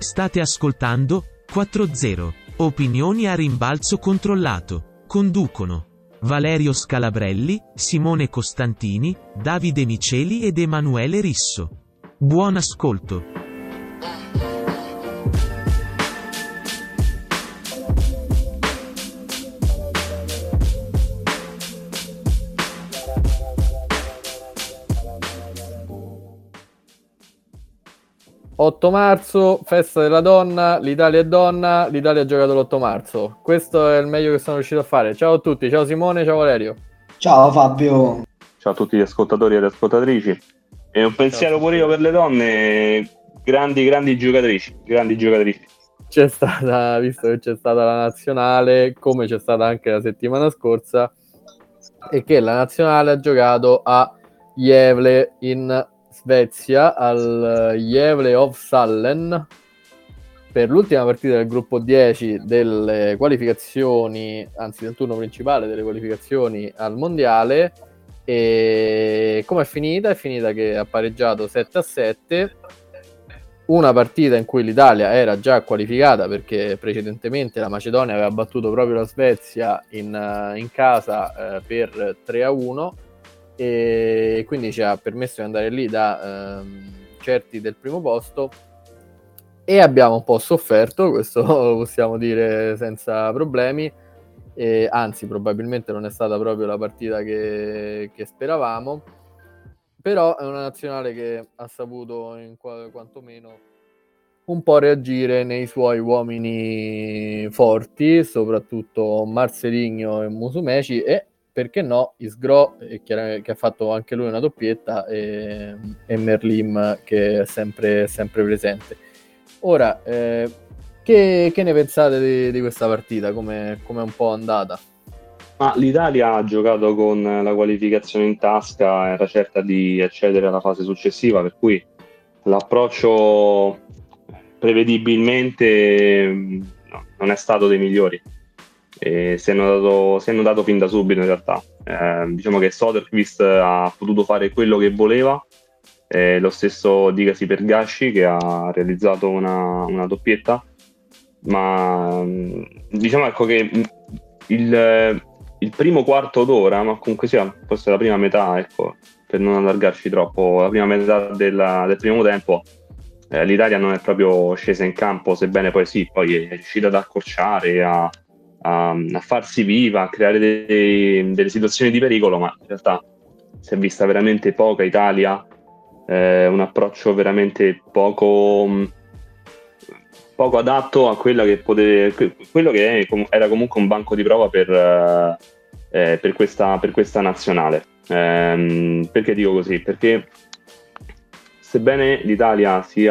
State ascoltando 4-0. Opinioni a rimbalzo controllato. Conducono Valerio Scalabrelli, Simone Costantini, Davide Miceli ed Emanuele Risso. Buon ascolto. «8 marzo, festa della donna, l'Italia è donna, l'Italia ha giocato l'8 marzo». Questo è il meglio che sono riuscito a fare. Ciao a tutti, ciao Simone, ciao Valerio. Ciao Fabio. Ciao a tutti gli ascoltatori e le ascoltatrici. E un pensiero pure io per le donne, grandi giocatrici. C'è stata, visto che c'è stata la nazionale, come c'è stata anche la settimana scorsa, e che la nazionale ha giocato a Gävle in Svezia, al Gävle Hovsallen, per l'ultima partita del gruppo 10 delle qualificazioni, anzi del turno principale delle qualificazioni al mondiale. E come è finita? È finita che ha pareggiato 7-7, una partita in cui l'Italia era già qualificata perché precedentemente la Macedonia aveva battuto proprio la Svezia in casa per 3-1, e quindi ci ha permesso di andare lì da certi del primo posto, e abbiamo un po' sofferto, questo lo possiamo dire senza problemi, anzi probabilmente non è stata proprio la partita che speravamo, però è una nazionale che ha saputo quantomeno un po' reagire nei suoi uomini forti, soprattutto Marcelinho e Musumeci, e perché no Isgro, che ha fatto anche lui una doppietta, e Merlim, che è sempre presente. Ora, che ne pensate di questa partita? Come è un po' andata? Ma l'Italia ha giocato con la qualificazione in tasca, era certa di accedere alla fase successiva, per cui l'approccio prevedibilmente non è stato dei migliori. Si hanno dato fin da subito in realtà. Diciamo che Soderqvist ha potuto fare quello che voleva, lo stesso dicasi per Gasci, che ha realizzato una doppietta, ma diciamo ecco che il primo quarto d'ora, ma comunque sia forse la prima metà, ecco, per non allargarci troppo, la prima metà del primo tempo, l'Italia non è proprio scesa in campo, sebbene poi è riuscita ad accorciare, a farsi viva, a creare delle situazioni di pericolo, ma in realtà si è vista veramente poca Italia, un approccio veramente poco adatto a quello che era comunque un banco di prova per questa nazionale. Perché dico così? Perché sebbene l'Italia si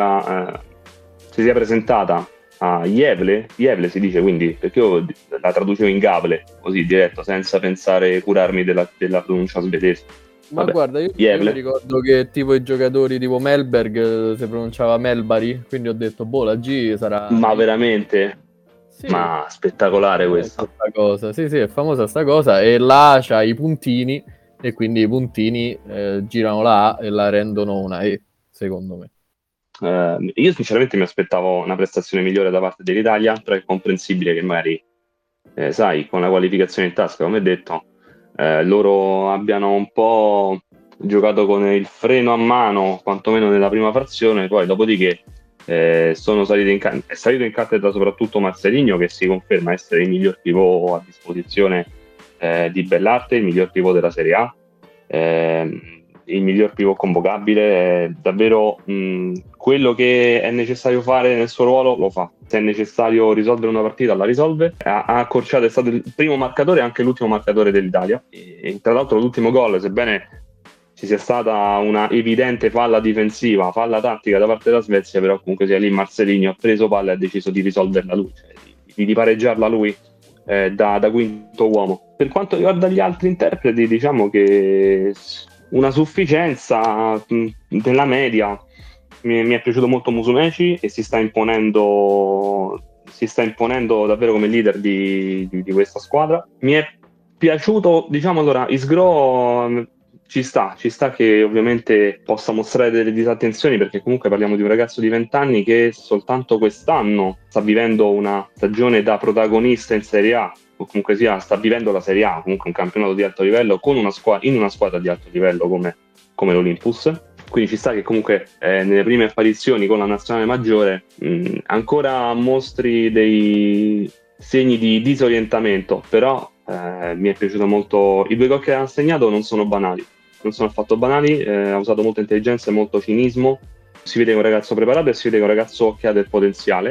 sia presentata a Gävle si dice, quindi, perché io la traducevo in Gavle così diretto, senza pensare, curarmi della pronuncia svedese. Ma guarda, io mi ricordo che tipo i giocatori tipo Melberg si pronunciava Melbari, quindi ho detto la G sarà... Ma veramente? Sì. Ma spettacolare questa cosa. Sì, è famosa sta cosa, e là c'ha i puntini, e quindi i puntini girano la A e la rendono una E, secondo me. Io sinceramente mi aspettavo una prestazione migliore da parte dell'Italia, però è comprensibile che magari, con la qualificazione in tasca, come detto, loro abbiano un po' giocato con il freno a mano, quantomeno nella prima frazione, poi dopodiché è salito in cattedra soprattutto Marcelinho, che si conferma essere il miglior pivot a disposizione di Bellarte, il miglior pivot della Serie A, il miglior pivot convocabile, davvero quello che è necessario fare nel suo ruolo lo fa. Se è necessario risolvere una partita la risolve. Ha accorciato, è stato il primo marcatore e anche l'ultimo marcatore dell'Italia, e tra l'altro l'ultimo gol, sebbene ci sia stata una evidente falla difensiva, falla tattica da parte della Svezia, però comunque sia lì Marcelinho ha preso palla e ha deciso di risolverla lui, cioè di pareggiarla lui da quinto uomo. Per quanto riguarda gli altri interpreti, diciamo che una sufficienza della media. Mi è piaciuto molto Musumeci, e si sta imponendo davvero come leader di questa squadra. Mi è piaciuto, Isgro ci sta che ovviamente possa mostrare delle disattenzioni, perché comunque parliamo di un ragazzo di 20 anni che soltanto quest'anno sta vivendo una stagione da protagonista in Serie A, o comunque sia sta vivendo la Serie A, comunque un campionato di alto livello con in una squadra di alto livello come l'Olympus. Quindi ci sta che comunque nelle prime apparizioni con la nazionale maggiore ancora mostri dei segni di disorientamento, però mi è piaciuto molto. I 2 gol che ha segnato non sono banali, non sono affatto banali, ha usato molta intelligenza e molto cinismo, si vede che è un ragazzo preparato e si vede che è un ragazzo che ha del potenziale,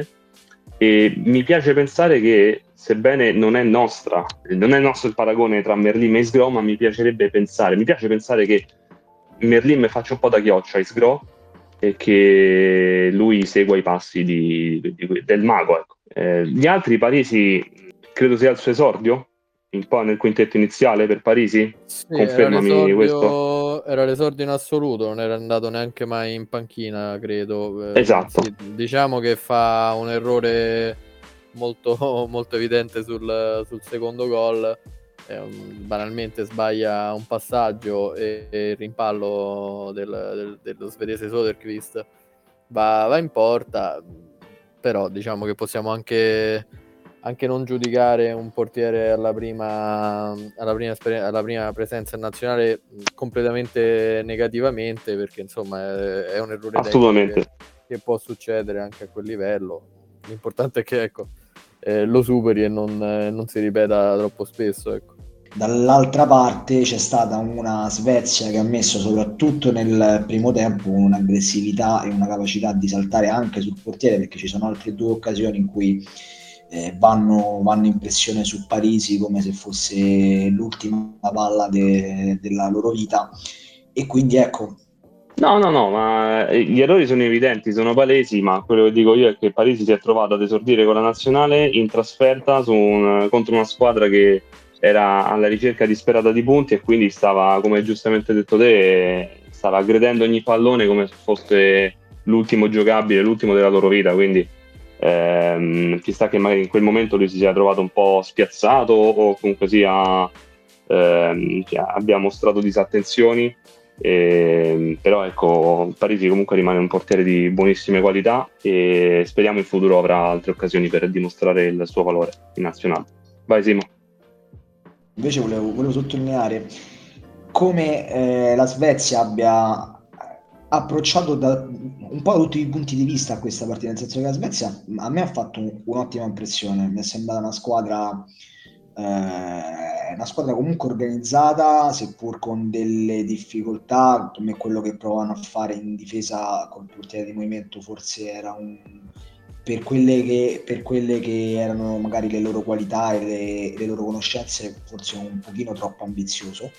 e mi piace pensare che, sebbene non è nostro il paragone tra Merlin e Isgro, ma mi piace pensare che Merlin mi faccia un po' da chioccia a Isgro e che lui segua i passi del mago, ecco. Gli altri, Parisi credo sia il suo esordio un po' nel quintetto iniziale per Parisi. Sì, Confermami questo. era l'esordio in assoluto, non era andato neanche mai in panchina, credo. Esatto, Sì, diciamo che fa un errore molto, molto evidente sul secondo gol. Banalmente sbaglia un passaggio e il rimpallo dello svedese Soderqvist va in porta, però diciamo che possiamo anche non giudicare un portiere alla prima presenza in nazionale completamente negativamente, perché insomma è un errore assolutamente. che può succedere anche a quel livello. L'importante è che ecco, lo superi e non si ripeta troppo spesso, ecco. Dall'altra parte c'è stata una Svezia che ha messo soprattutto nel primo tempo un'aggressività e una capacità di saltare anche sul portiere, perché ci sono altre 2 occasioni in cui vanno in pressione su Parisi come se fosse l'ultima palla della loro vita, e quindi ecco. No, ma gli errori sono evidenti, sono palesi, ma quello che dico io è che Parisi si è trovato ad esordire con la nazionale in trasferta contro una squadra che era alla ricerca disperata di punti, e quindi stava, come giustamente detto te, stava aggredendo ogni pallone come se fosse l'ultimo giocabile, l'ultimo della loro vita. Quindi ci sta che magari in quel momento lui si sia trovato un po' spiazzato, o comunque sia abbia mostrato disattenzioni. Però ecco, Parisi comunque rimane un portiere di buonissime qualità, e speriamo in futuro avrà altre occasioni per dimostrare il suo valore in nazionale. Vai Simo. Invece volevo sottolineare come la Svezia abbia approcciato da un po' da tutti i punti di vista questa partita, nel senso che la Svezia a me ha fatto un'ottima impressione, mi è sembrata una squadra comunque organizzata, seppur con delle difficoltà, come quello che provano a fare in difesa col portiere di movimento forse era per quelle che erano magari le loro qualità e le loro conoscenze, forse un pochino troppo ambizioso.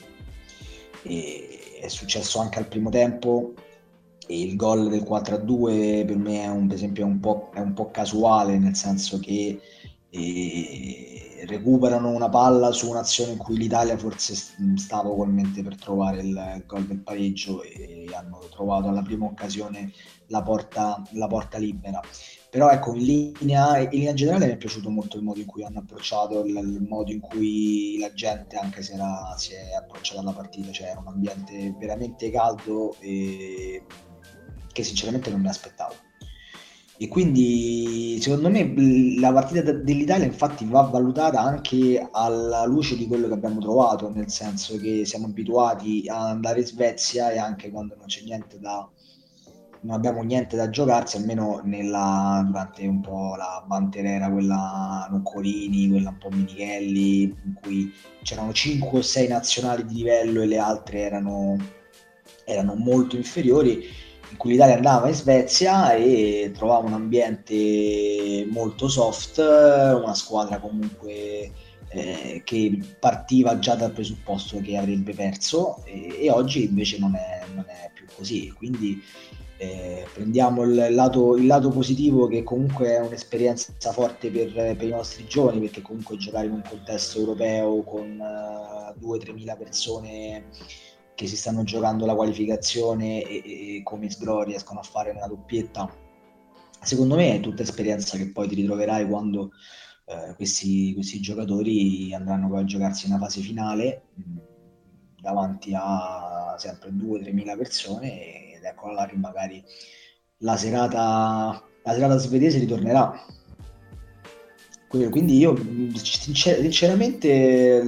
E è successo anche al primo tempo, e il gol del 4-2 per me è per esempio è un po' casuale, nel senso che recuperano una palla su un'azione in cui l'Italia forse stava ugualmente per trovare il gol del pareggio, e hanno trovato alla prima occasione la porta libera. Però ecco, in linea generale mi è piaciuto molto il modo in cui hanno approcciato, il modo in cui la gente anche si è approcciata alla partita, cioè era un ambiente veramente caldo e che sinceramente non mi aspettavo. E quindi secondo me la partita dell'Italia infatti va valutata anche alla luce di quello che abbiamo trovato, nel senso che siamo abituati ad andare in Svezia e anche quando non abbiamo niente da giocarsi, almeno durante un po' la banterera, quella Noccolini, quella un po' Minichelli, in cui c'erano 5 o 6 nazionali di livello e le altre erano molto inferiori, in cui l'Italia andava in Svezia e trovava un ambiente molto soft, una squadra comunque che partiva già dal presupposto che avrebbe perso, e oggi invece non è più così. Quindi prendiamo il lato positivo, che comunque è un'esperienza forte per i nostri giovani, perché comunque giocare in un contesto europeo con 2-3 mila persone che si stanno giocando la qualificazione e come Isgro riescono a fare una doppietta, secondo me è tutta esperienza che poi ti ritroverai quando questi giocatori andranno poi a giocarsi una fase finale davanti a sempre 2-3 mila persone, ed eccola là che magari la serata svedese ritornerà. Quindi io sinceramente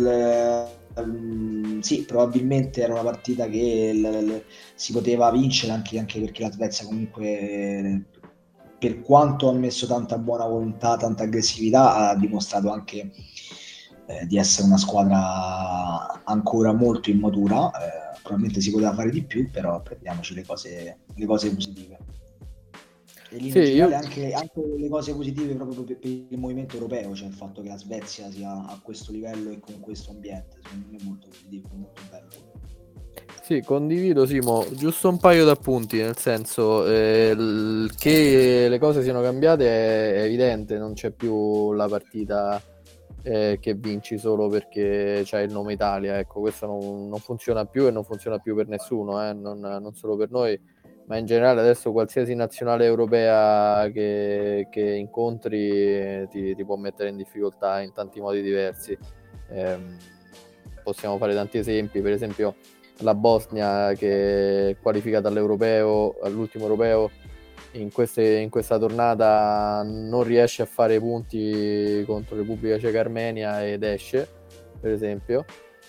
sì, probabilmente era una partita che si poteva vincere, anche perché la Svezia comunque, per quanto ha messo tanta buona volontà, tanta aggressività, ha dimostrato anche di essere una squadra ancora molto immatura. Probabilmente si poteva fare di più, però prendiamoci le cose positive. E lì in generale anche le cose positive proprio per il movimento europeo, cioè il fatto che la Svezia sia a questo livello e con questo ambiente, secondo me è molto positivo, molto bello. Sì, condivido Simo, giusto un paio d'appunti, nel senso che le cose siano cambiate è evidente, non c'è più la partita che vinci solo perché c'è il nome Italia, ecco, questo non funziona più e non funziona più per nessuno, non solo per noi, ma in generale adesso qualsiasi nazionale europea che incontri ti può mettere in difficoltà in tanti modi diversi. Possiamo fare tanti esempi, per esempio la Bosnia che è qualificata all'ultimo europeo in questa tornata non riesce a fare punti contro Repubblica Ceca, Armenia ed esce, per esempio.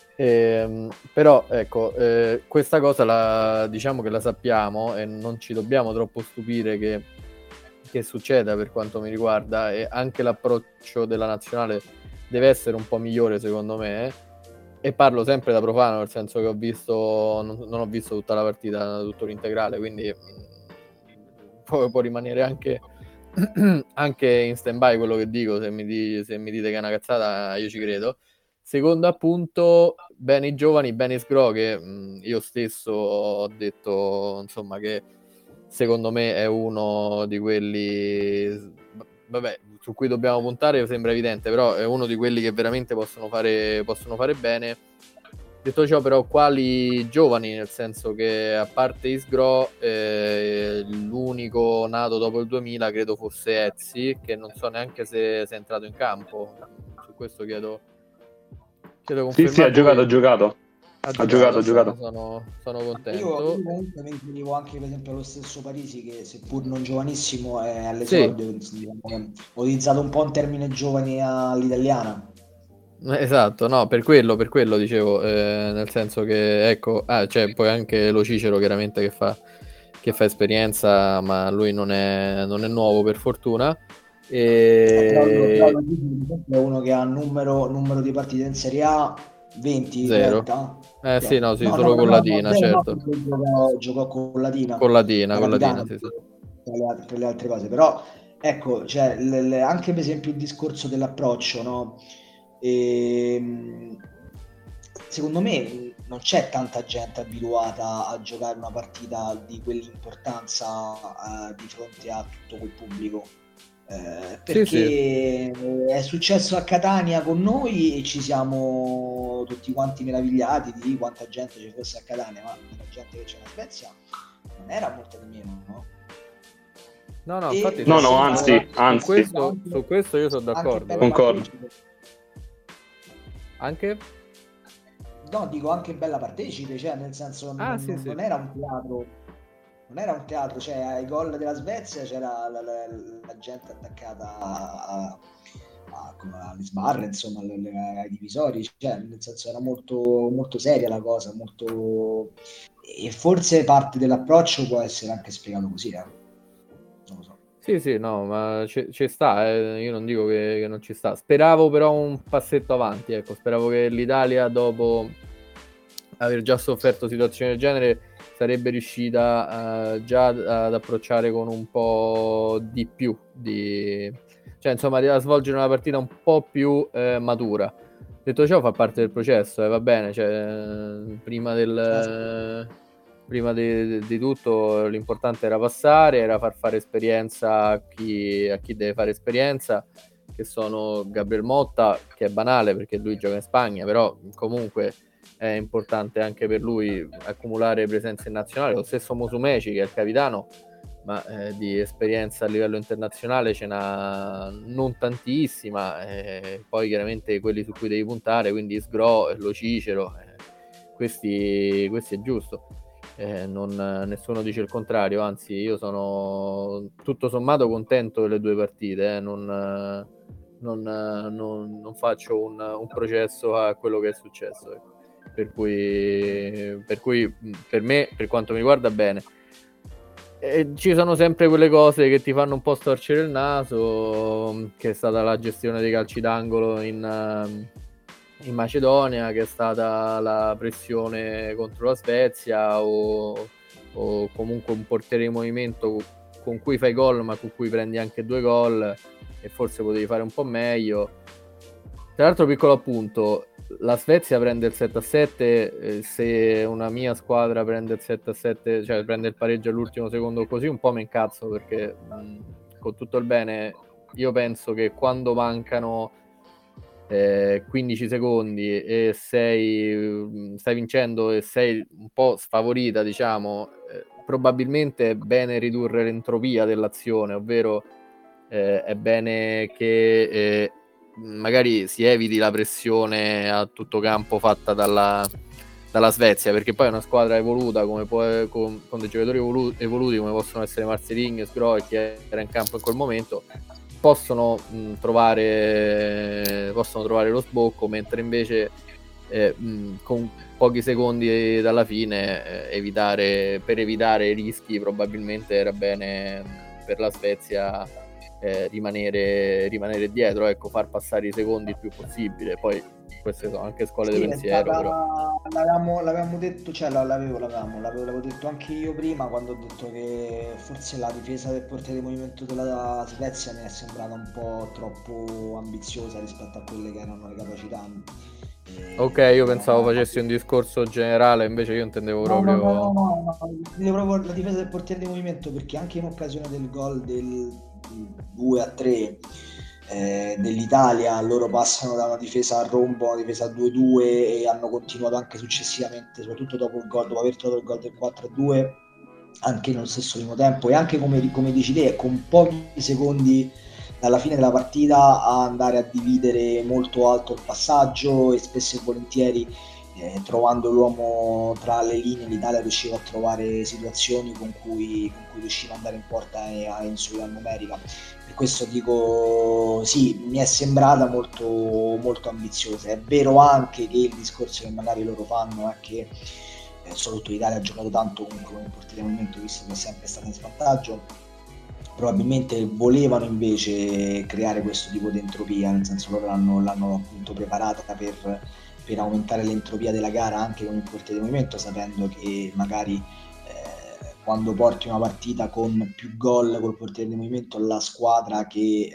Però ecco, questa cosa diciamo che la sappiamo e non ci dobbiamo troppo stupire che succeda, per quanto mi riguarda, e anche l'approccio della nazionale deve essere un po' migliore secondo me, e parlo sempre da profano, nel senso che non ho visto tutta la partita, tutto l'integrale, quindi può rimanere anche in stand-by quello che dico. Se mi dite che è una cazzata, io ci credo. Secondo appunto, bene i giovani, bene Sgro, che io stesso ho detto, insomma, che secondo me è uno di quelli, vabbè, su cui dobbiamo puntare, sembra evidente, però è uno di quelli che veramente possono fare bene. Detto ciò, però, quali giovani, nel senso che a parte Isgro, l'unico nato dopo il 2000 credo fosse Ezzi, che non so neanche se è entrato in campo. Su questo chiedo Sì, ha giocato. Ha giocato. Sono contento. Io comunque mi riferivo anche per esempio allo stesso Parisi, che seppur non giovanissimo è all'esordio, diciamo, ho utilizzato un po' un termine giovani all'italiana. Esatto, no, per quello dicevo, nel senso che ecco, c'è poi anche Lo Cicero chiaramente che fa esperienza, ma lui non è nuovo, per fortuna. È uno che ha numero di partite in Serie A 20, 0. 30. Sì, solo con Latina, certo. Giocò con Latina. Con Latina, sì. Per le altre cose, però ecco, cioè, anche per esempio il discorso dell'approccio, no? Secondo me non c'è tanta gente abituata a giocare una partita di quell'importanza di fronte a tutto quel pubblico, perché è successo a Catania con noi e ci siamo tutti quanti meravigliati di quanta gente ci fosse a Catania, ma la gente che c'è in Svezia non era molto di meno, no? No, infatti anzi. Su questo io sono d'accordo. Concordo. Anche? No, dico anche bella partecipe, cioè nel senso non era un teatro. Non era un teatro, cioè ai gol della Svezia c'era la gente attaccata alle sbarre, insomma, ai divisori, cioè nel senso era molto, molto seria la cosa, molto, e forse parte dell'approccio può essere anche spiegato così, non lo so. Sì, no, ma ci sta, io non dico che non ci sta. Speravo però un passetto avanti, ecco, speravo che l'Italia, dopo aver già sofferto situazioni del genere, sarebbe riuscita già ad approcciare con un po' di più, cioè insomma a svolgere una partita un po' più matura. Detto ciò, fa parte del processo, va bene, cioè prima di tutto l'importante era passare, era far fare esperienza a chi deve fare esperienza, che sono Gabriel Motta, che è banale perché lui gioca in Spagna, però comunque è importante anche per lui accumulare presenza in nazionale. Lo stesso Musumeci, che è il capitano, ma di esperienza a livello internazionale ce n'ha non tantissima, poi chiaramente quelli su cui devi puntare, quindi Sgro e Lo Cicero, questi è giusto. Nessuno dice il contrario, anzi io sono tutto sommato contento delle due partite, non faccio un processo a quello che è successo, ecco. Per cui per me, per quanto mi riguarda, bene. Ci sono sempre quelle cose che ti fanno un po' storcere il naso, che è stata la gestione dei calci d'angolo in Macedonia, che è stata la pressione contro la Svezia, o comunque un portiere in movimento con cui fai gol ma con cui prendi anche 2 gol e forse potevi fare un po' meglio. Tra l'altro, piccolo appunto, la Svezia prende il 7-7, se una mia squadra prende il 7-7, cioè prende il pareggio all'ultimo secondo così, un po' mi incazzo, perché con tutto il bene io penso che quando mancano 15 secondi e stai vincendo e sei un po' sfavorita, diciamo, probabilmente è bene ridurre l'entropia dell'azione, ovvero è bene che magari si eviti la pressione a tutto campo fatta dalla Svezia, perché poi è una squadra evoluta come con dei giocatori evoluti come possono essere Marcelinho, Sgroi, che era in campo in quel momento, possono trovare lo sbocco, mentre invece con pochi secondi dalla fine per evitare i rischi probabilmente era bene per la Svezia rimanere dietro, ecco, far passare i secondi il più possibile. Poi queste sono anche scuole di pensiero, però l'avevamo detto, cioè l'avevo detto anche io prima, quando ho detto che forse la difesa del portiere di movimento della Svezia mi è sembrata un po' troppo ambiziosa rispetto a quelle che erano le capacità. Ok, io pensavo facessi un discorso generale, invece io intendevo proprio no, intendevo proprio la difesa del portiere di movimento, perché anche in occasione del gol del 2-3 dell'Italia, loro passano da una difesa a rombo a una difesa a 2-2 e hanno continuato anche successivamente, soprattutto dopo aver trovato il gol del 4-2, anche nello stesso primo tempo, e anche come dici te, con pochi secondi dalla fine della partita a andare a dividere molto alto il passaggio, e spesso e volentieri trovando l'uomo tra le linee l'Italia riusciva a trovare situazioni con cui riusciva ad andare in porta e a insulare numerica. Per questo dico sì, mi è sembrata molto, molto ambiziosa. È vero anche che il discorso che magari loro fanno è che soprattutto l'Italia ha giocato tanto comunque con il portiere di movimento, visto che è sempre stata in svantaggio. Probabilmente volevano invece creare questo tipo di entropia, nel senso loro l'hanno appunto preparata per aumentare l'entropia della gara anche con il portiere di movimento, sapendo che magari quando porti una partita con più gol col portiere di movimento, la squadra che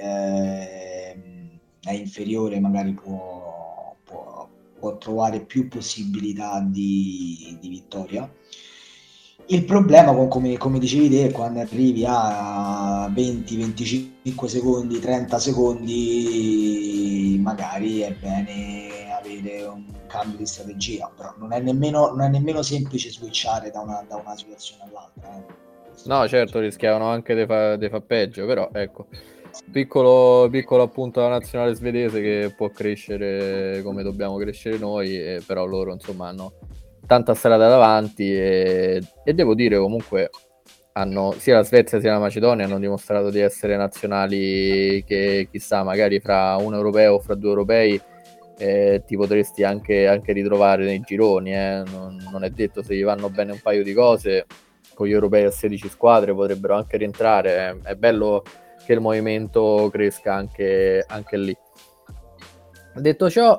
è inferiore magari può trovare più possibilità di vittoria. Il problema, come dicevi te, quando arrivi a 20, 25 secondi, 30 secondi, magari è bene avere un cambio di strategia, però non è nemmeno semplice switchare da una situazione all'altra. No, certo, rischiavano anche di fa peggio, però ecco, piccolo appunto la nazionale svedese che può crescere come dobbiamo crescere noi, però loro insomma hanno tanta strada davanti e devo dire comunque sia la Svezia sia la Macedonia hanno dimostrato di essere nazionali che chissà magari fra un europeo o fra 2 europei ti potresti anche ritrovare nei gironi, non è detto, se gli vanno bene un paio di cose con gli europei a 16 squadre potrebbero anche rientrare. È bello che il movimento cresca anche lì. Detto ciò,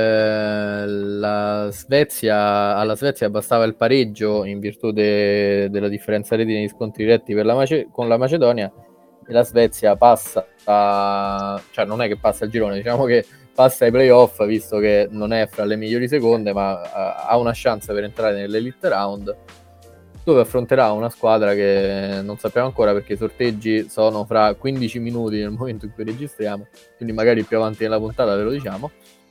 alla Svezia bastava il pareggio in virtù della differenza reti negli scontri diretti con la Macedonia, e la Svezia passa cioè non è che passa il girone, diciamo che passa ai playoff, visto che non è fra le migliori seconde, ma ha una chance per entrare nell'Elite Round, dove affronterà una squadra che non sappiamo ancora, perché i sorteggi sono fra 15 minuti nel momento in cui registriamo, quindi magari più avanti nella puntata ve lo diciamo.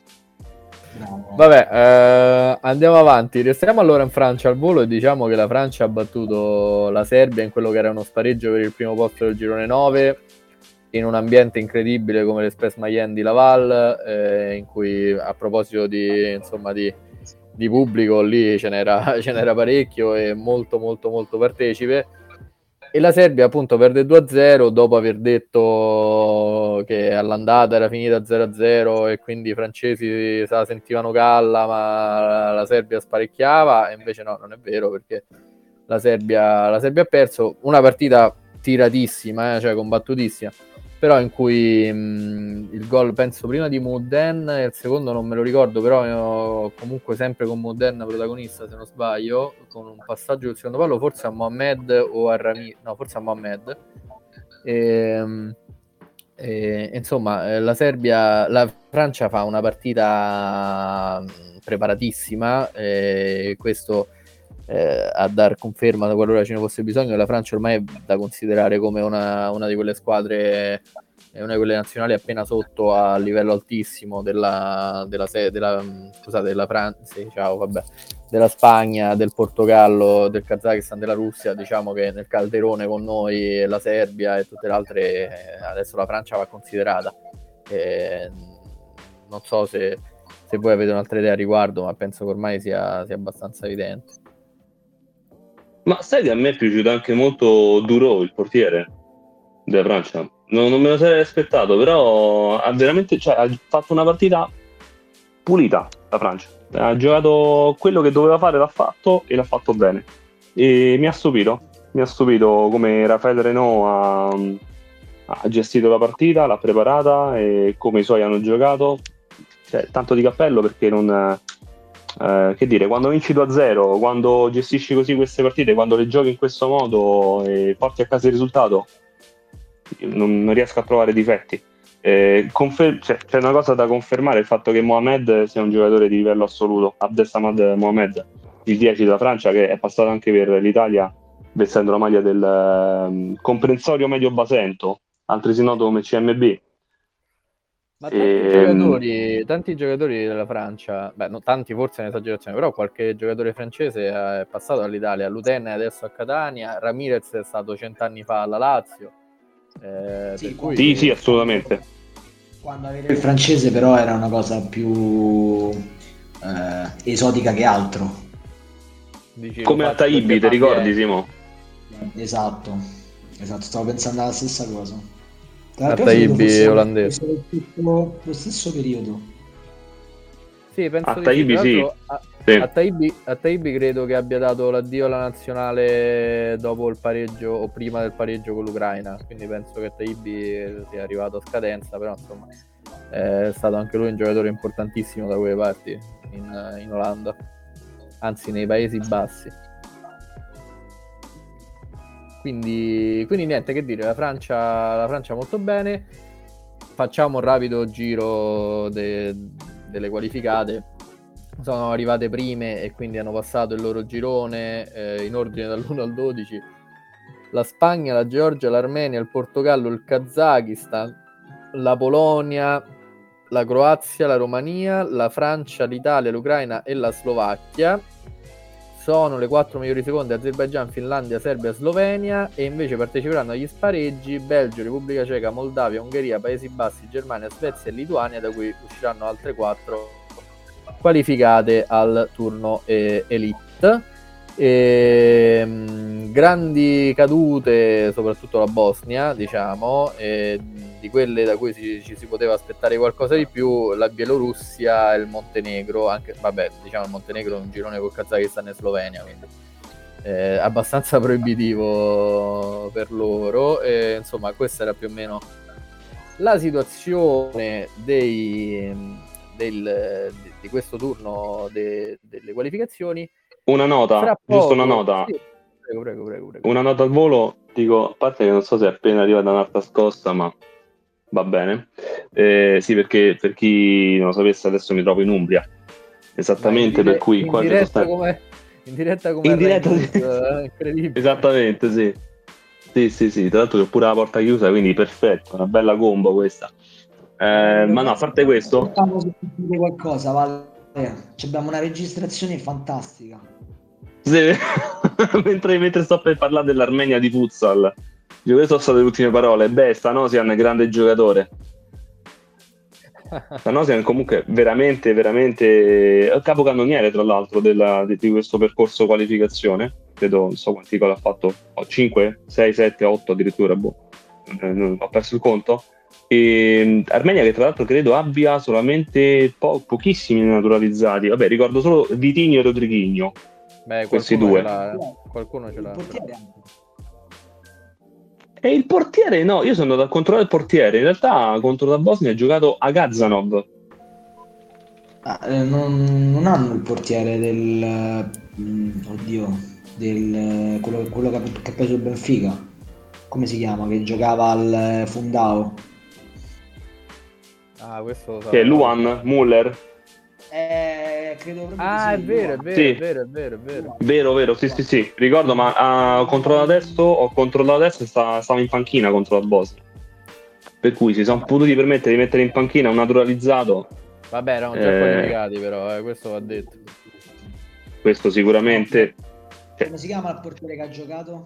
Vabbè, andiamo avanti, restiamo allora in Francia al volo e diciamo che la Francia ha battuto la Serbia in quello che era uno spareggio per il primo posto del girone 9, in un ambiente incredibile come l'Express Mayenne di Laval, in cui, a proposito di di pubblico lì ce n'era parecchio e molto molto molto partecipe. E la Serbia appunto perde 2-0 dopo aver detto che all'andata era finita 0-0 e quindi i francesi se la sentivano galla, ma la Serbia sparecchiava, e invece no, non è vero, perché la Serbia ha perso una partita tiratissima, cioè combattutissima, però in cui il gol penso prima di Mudden e il secondo non me lo ricordo, però comunque sempre con Mudden protagonista se non sbaglio, con un passaggio del secondo palo forse a Mohamed o a Rami, no forse a Mohamed, insomma la Francia fa una partita preparatissima, questo a dar conferma da qualora ce ne fosse bisogno. La Francia ormai è da considerare come una di quelle squadre, una di quelle nazionali appena sotto a livello altissimo della Francia, sì, della Spagna, del Portogallo, del Kazakistan, della Russia. Diciamo che nel calderone con noi la Serbia e tutte le altre, adesso la Francia va considerata. Non so se voi avete un'altra idea a riguardo, ma penso che ormai sia abbastanza evidente. Ma sai che a me è piaciuto anche molto Duro, il portiere della Francia. Non me lo sarei aspettato, però ha veramente, ha fatto una partita pulita la Francia. Ha giocato quello che doveva fare, l'ha fatto e l'ha fatto bene. E mi ha stupito come Raphaël Renaud ha gestito la partita, l'ha preparata e come i suoi hanno giocato. Tanto di cappello, perché non... che dire, quando vinci 2-0, quando gestisci così queste partite, quando le giochi in questo modo e porti a casa il risultato, non riesco a trovare difetti. C'è una cosa da confermare, il fatto che Mohamed sia un giocatore di livello assoluto. Abdessamad Mohamed, il 10 della Francia, che è passato anche per l'Italia vestendo la maglia del comprensorio medio Basento, altresì noto come CMB. Ma tanti giocatori della Francia, non tanti forse è un'esagerazione, però qualche giocatore francese è passato dall'Italia. Luten è adesso a Catania, Ramirez è stato 100 anni fa alla Lazio. Sì, assolutamente. Quando avere il francese però era una cosa più esotica che altro. Come a Taibi, ti ricordi, Simo? Esatto, stavo pensando alla stessa cosa. A Taibi olandese. Lo stesso periodo. Sì, penso a Taibi sì. A Taibi credo che abbia dato l'addio alla nazionale dopo il pareggio o prima del pareggio con l'Ucraina, quindi penso che Taibi sia arrivato a scadenza, però insomma è stato anche lui un giocatore importantissimo da quelle parti in Olanda, anzi nei Paesi Bassi. Quindi niente che dire, la Francia molto bene. Facciamo un rapido giro delle qualificate. Sono arrivate prime e quindi hanno passato il loro girone in ordine dall'1 al 12. La Spagna, la Georgia, l'Armenia, il Portogallo, il Kazakistan, la Polonia, la Croazia, la Romania, la Francia, l'Italia, l'Ucraina e la Slovacchia. Sono le 4 migliori seconde Azerbaijan, Finlandia, Serbia, Slovenia, e invece parteciperanno agli spareggi Belgio, Repubblica Ceca, Moldavia, Ungheria, Paesi Bassi, Germania, Svezia e Lituania, da cui usciranno altre 4 qualificate al turno Elite. Grandi cadute, soprattutto la Bosnia, diciamo, di quelle da cui ci si poteva aspettare qualcosa di più, la Bielorussia e il Montenegro, anche diciamo il Montenegro è un girone con Kazakistan e Slovenia, quindi abbastanza proibitivo per loro. Insomma, questa era più o meno la situazione di questo turno delle qualificazizioni. Una nota, giusto una nota. Sì, prego. Una nota al volo, dico, a parte che non so se è appena arrivata un'altra scossa, ma va bene. Sì, perché per chi non lo sapesse, adesso mi trovo in Umbria. Esattamente, per cui qua in diretta come incredibile. Esattamente, sì. Sì, tra l'altro c'ho pure la porta chiusa, quindi perfetto, una bella combo questa. Ma no, a parte questo, facciamo sentire qualcosa, Vale. Abbiamo una registrazione fantastica. Sì. mentre sto per parlare dell'Armenia di futsal, queste sono state le ultime parole. Stanosian è grande giocatore. Sanosia comunque veramente, veramente capocannoniere, tra l'altro, di questo percorso qualificazione. Credo, non so quanti gol ha fatto, 5, 6, 7, 8 addirittura, non ho perso il conto. E Armenia che tra l'altro credo abbia solamente pochissimi naturalizzati. Vabbè, ricordo solo Vitinho e Rodriguinho. Beh, questi due. Qualcuno ce l'ha. E il portiere no, io sono andato a controllare il portiere. In realtà contro la Bosnia ha giocato Agazanov. Non hanno il portiere quello che ha preso il Benfica. Come si chiama? Che giocava al Fundao. Questo che è Luan Müller. Credo proprio è sì, vero, sì. è vero. Vero, sì, ricordo, ma ho controllato adesso e stava in panchina contro la Bosnia. Per cui si sono potuti permettere di mettere in panchina un naturalizzato. Vabbè, erano già qualificati, però, questo va detto. Questo sicuramente. Come si chiama il portiere che ha giocato?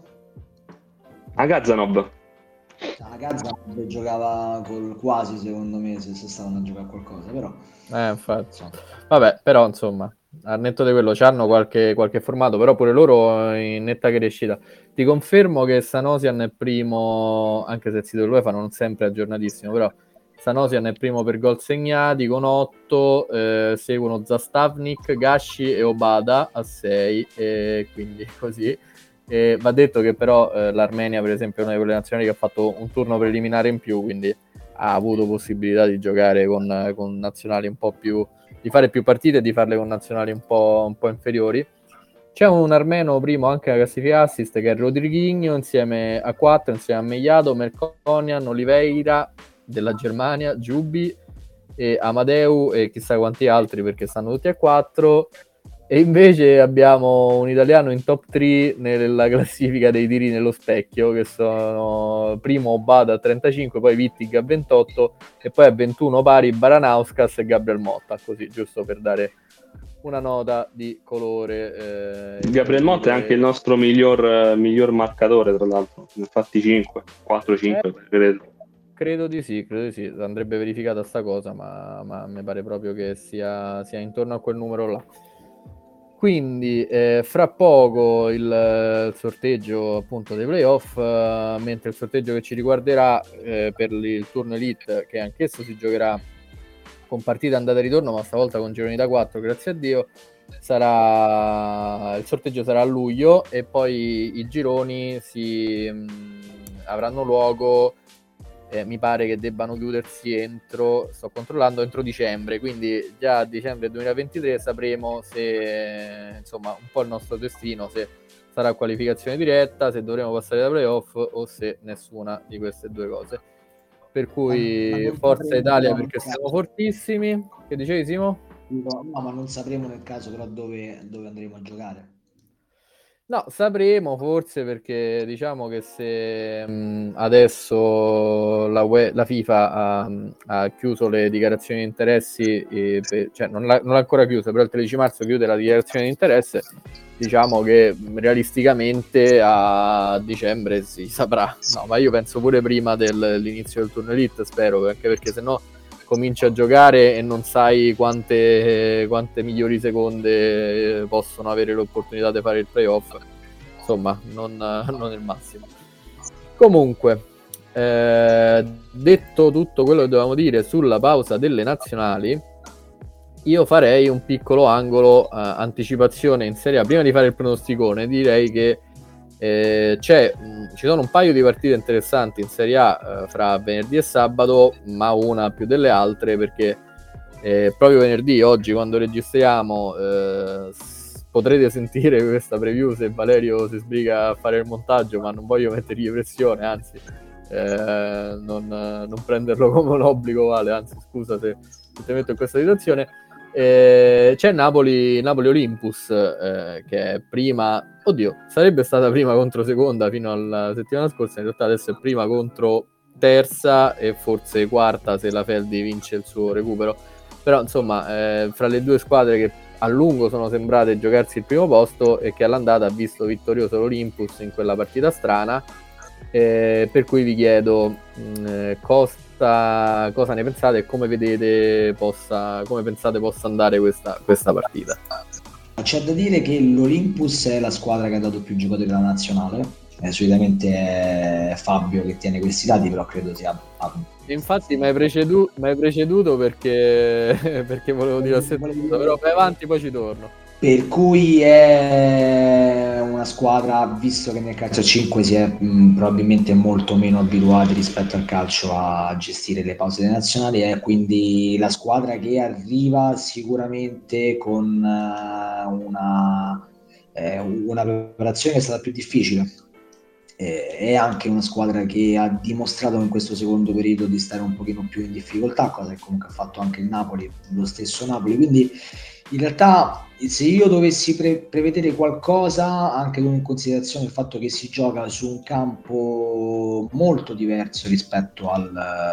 Agazanov. Agazanov giocava quasi, secondo me, se stavano a giocare qualcosa, però. Infatti. Vabbè, però, insomma, al netto di quello c'hanno qualche formato, però pure loro in netta crescita. Ti confermo che Sanosian è primo, anche se il sito dell'UEFA non sempre aggiornatissimo, però Sanosian è primo per gol segnati con 8, seguono Zastavnik, Gashi e Obada a 6, e quindi così. Va detto che però l'Armenia, per esempio, è una di quelle nazionali che ha fatto un turno preliminare in più, quindi ha avuto possibilità di giocare con nazionali un po' più, di fare più partite e di farle con nazionali un po' inferiori. C'è un armeno primo anche alla classifica assist, che è Rodriguinho, insieme a 4, insieme a Megliado, Melkonian, Oliveira della Germania, Giubi e Amadeu e chissà quanti altri, perché stanno tutti a 4. E invece abbiamo un italiano in top 3 nella classifica dei tiri nello specchio, che sono primo Obada a 35, poi Wittig a 28 e poi a 21 pari Baranauskas e Gabriel Motta, così giusto per dare una nota di colore. Gabriel Motta è anche il nostro miglior marcatore, tra l'altro, ne ha fatti 4-5 credo. Credo di sì, andrebbe verificata sta cosa, ma mi pare proprio che sia intorno a quel numero là. Quindi fra poco il sorteggio appunto dei playoff, mentre il sorteggio che ci riguarderà per il turno Elite, che anch'esso si giocherà con partita andata e ritorno, ma stavolta con gironi da 4, grazie a Dio, il sorteggio sarà a luglio e poi i gironi avranno luogo. Mi pare che debbano chiudersi entro dicembre, quindi già a dicembre 2023 sapremo se insomma un po' il nostro destino, se sarà qualificazione diretta, se dovremo passare da playoff o se nessuna di queste due cose. Per cui forza Italia, perché siamo fortissimi. Che dicevi, Simo? No, ma non sapremo nel caso però dove andremo a giocare. No, sapremo forse, perché diciamo che se adesso la FIFA ha chiuso le dichiarazioni di interessi, cioè non l'ha ancora chiusa, però il 13 marzo chiude la dichiarazione di interesse, diciamo che realisticamente a dicembre si saprà. No, ma io penso pure prima dell'inizio del turno Elite, spero, anche perché sennò cominci a giocare e non sai quante migliori seconde possono avere l'opportunità di fare il playoff. Insomma, non il massimo. Comunque, detto tutto quello che dovevamo dire sulla pausa delle nazionali, io farei un piccolo angolo anticipazione in Serie A. Prima di fare il pronosticone, direi che ci sono un paio di partite interessanti in Serie A fra venerdì e sabato, ma una più delle altre, perché proprio venerdì, oggi quando registriamo, potrete sentire questa preview se Valerio si sbriga a fare il montaggio, ma non voglio mettergli pressione, anzi non prenderlo come un obbligo, Vale, anzi scusa se ti metto in questa situazione. C'è Napoli Olympus, che è prima, sarebbe stata prima contro seconda fino alla settimana scorsa, in realtà adesso è prima contro terza e forse quarta se la Feldi vince il suo recupero, però insomma fra le due squadre che a lungo sono sembrate giocarsi il primo posto e che all'andata ha visto vittorioso l'Olympus in quella partita strana, per cui vi chiedo cosa ne pensate e come pensate possa andare questa partita. C'è da dire che l'Olympus è la squadra che ha dato più giocatori alla nazionale. Solitamente è Fabio che tiene questi dati, però credo sia... Infatti mi hai preceduto perché volevo dire però vai avanti, poi ci torno. Per cui è una squadra, visto che nel calcio a 5 si è probabilmente molto meno abituati rispetto al calcio a gestire le pause delle nazionali, è quindi la squadra che arriva sicuramente con una preparazione che è stata più difficile. È anche una squadra che ha dimostrato in questo secondo periodo di stare un pochino più in difficoltà, cosa che comunque ha fatto anche il Napoli, lo stesso Napoli, quindi in realtà se io dovessi prevedere qualcosa, anche con in considerazione il fatto che si gioca su un campo molto diverso rispetto al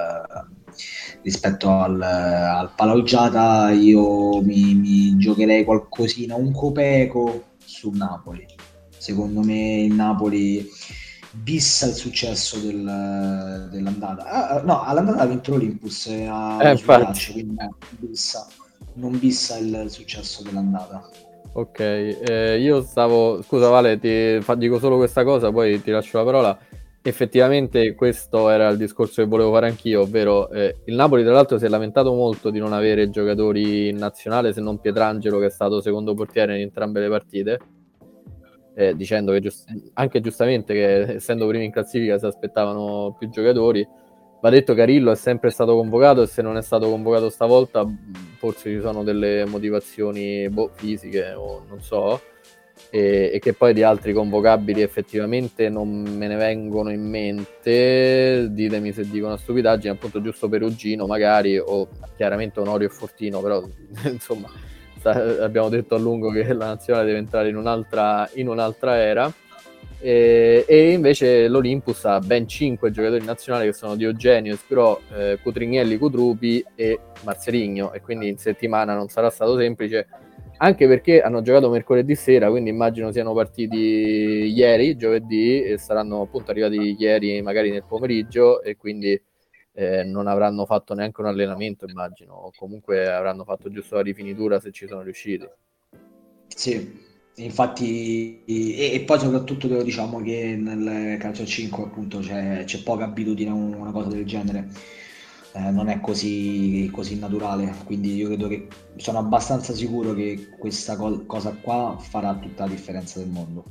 Palauggiata, io mi giocherei qualcosina, un copeco sul Napoli. Secondo me il Napoli bissa il successo dell'andata. No, all'andata ha vinto l'Olympus ghiaccio, quindi non bissa il successo dell'andata. Ok, io scusa Vale, dico solo questa cosa, poi ti lascio la parola. Effettivamente questo era il discorso che volevo fare anch'io, ovvero il Napoli tra l'altro si è lamentato molto di non avere giocatori in nazionale, se non Pietrangelo che è stato secondo portiere in entrambe le partite, dicendo che anche giustamente che essendo primi in classifica si aspettavano più giocatori. Va detto Carillo è sempre stato convocato e se non è stato convocato stavolta forse ci sono delle motivazioni fisiche o non so, e che poi di altri convocabili effettivamente non me ne vengono in mente, ditemi se dico una stupidaggine, appunto giusto Perugino magari, o chiaramente Onorio e Fortino, però insomma abbiamo detto a lungo che la nazionale deve entrare in un'altra era. E invece l'Olympus ha ben 5 giocatori nazionali che sono Diogenio, Sgro, Cutrignelli, Cutrupi e Marcerigno, e quindi in settimana non sarà stato semplice, anche perché hanno giocato mercoledì sera, quindi immagino siano partiti ieri, giovedì, e saranno appunto arrivati ieri magari nel pomeriggio, e quindi non avranno fatto neanche un allenamento, immagino, o comunque avranno fatto giusto la rifinitura se ci sono riusciti. Sì. Infatti, e poi soprattutto diciamo che nel calcio a 5 appunto c'è poca abitudine a una cosa del genere, non è così naturale, quindi io credo che sono abbastanza sicuro che questa cosa qua farà tutta la differenza del mondo.